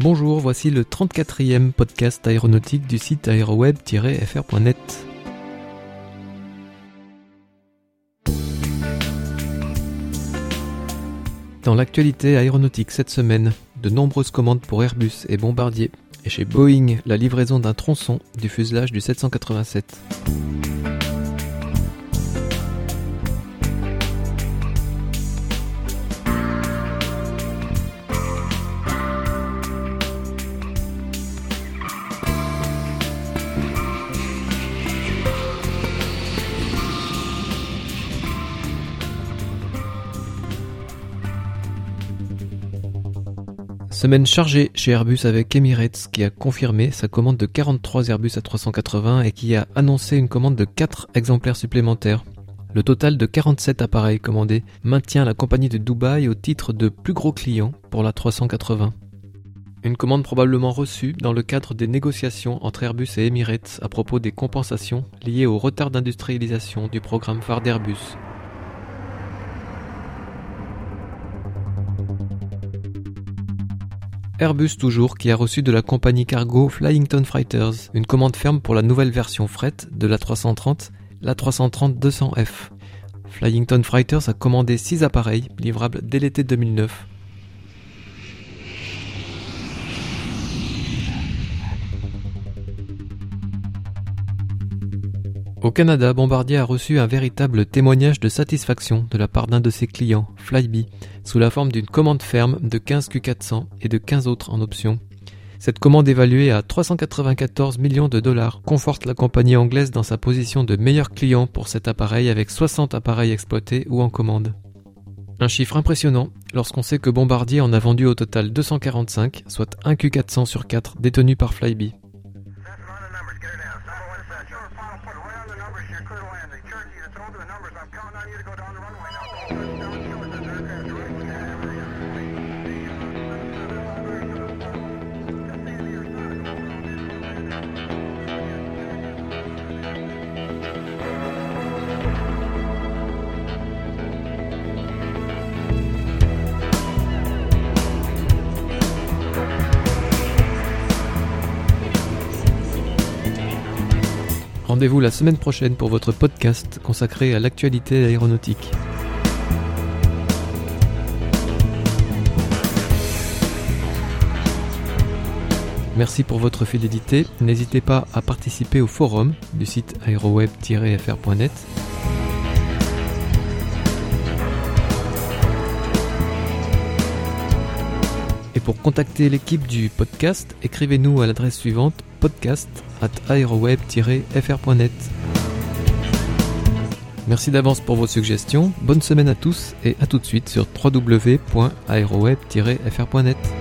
Bonjour, voici le 34e podcast aéronautique du site aeroweb-fr.net. Dans l'actualité aéronautique cette semaine, de nombreuses commandes pour Airbus et Bombardier, et chez Boeing, la livraison d'un tronçon du fuselage du 787. Semaine chargée chez Airbus avec Emirates qui a confirmé sa commande de 43 Airbus A380 et qui a annoncé une commande de 4 exemplaires supplémentaires. Le total de 47 appareils commandés maintient la compagnie de Dubaï au titre de plus gros client pour la 380. Une commande probablement reçue dans le cadre des négociations entre Airbus et Emirates à propos des compensations liées au retard d'industrialisation du programme phare d'Airbus. Airbus toujours, qui a reçu de la compagnie cargo Flyington Freighters une commande ferme pour la nouvelle version fret de l'A330, l'A330-200F. Flyington Freighters a commandé 6 appareils livrables dès l'été 2009. Au Canada, Bombardier a reçu un véritable témoignage de satisfaction de la part d'un de ses clients, Flybe, sous la forme d'une commande ferme de 15 Q400 et de 15 autres en option. Cette commande évaluée à 394 millions de dollars conforte la compagnie anglaise dans sa position de meilleur client pour cet appareil avec 60 appareils exploités ou en commande. Un chiffre impressionnant lorsqu'on sait que Bombardier en a vendu au total 245, soit 1 Q400 sur 4 détenu par Flybe. Rendez-vous la semaine prochaine pour votre podcast consacré à l'actualité aéronautique. Merci pour votre fidélité. N'hésitez pas à participer au forum du site aeroweb-fr.net. Et pour contacter l'équipe du podcast, écrivez-nous à l'adresse suivante podcast@aeroweb-fr.net. Merci d'avance pour vos suggestions, bonne semaine à tous et à tout de suite sur www.aeroweb-fr.net.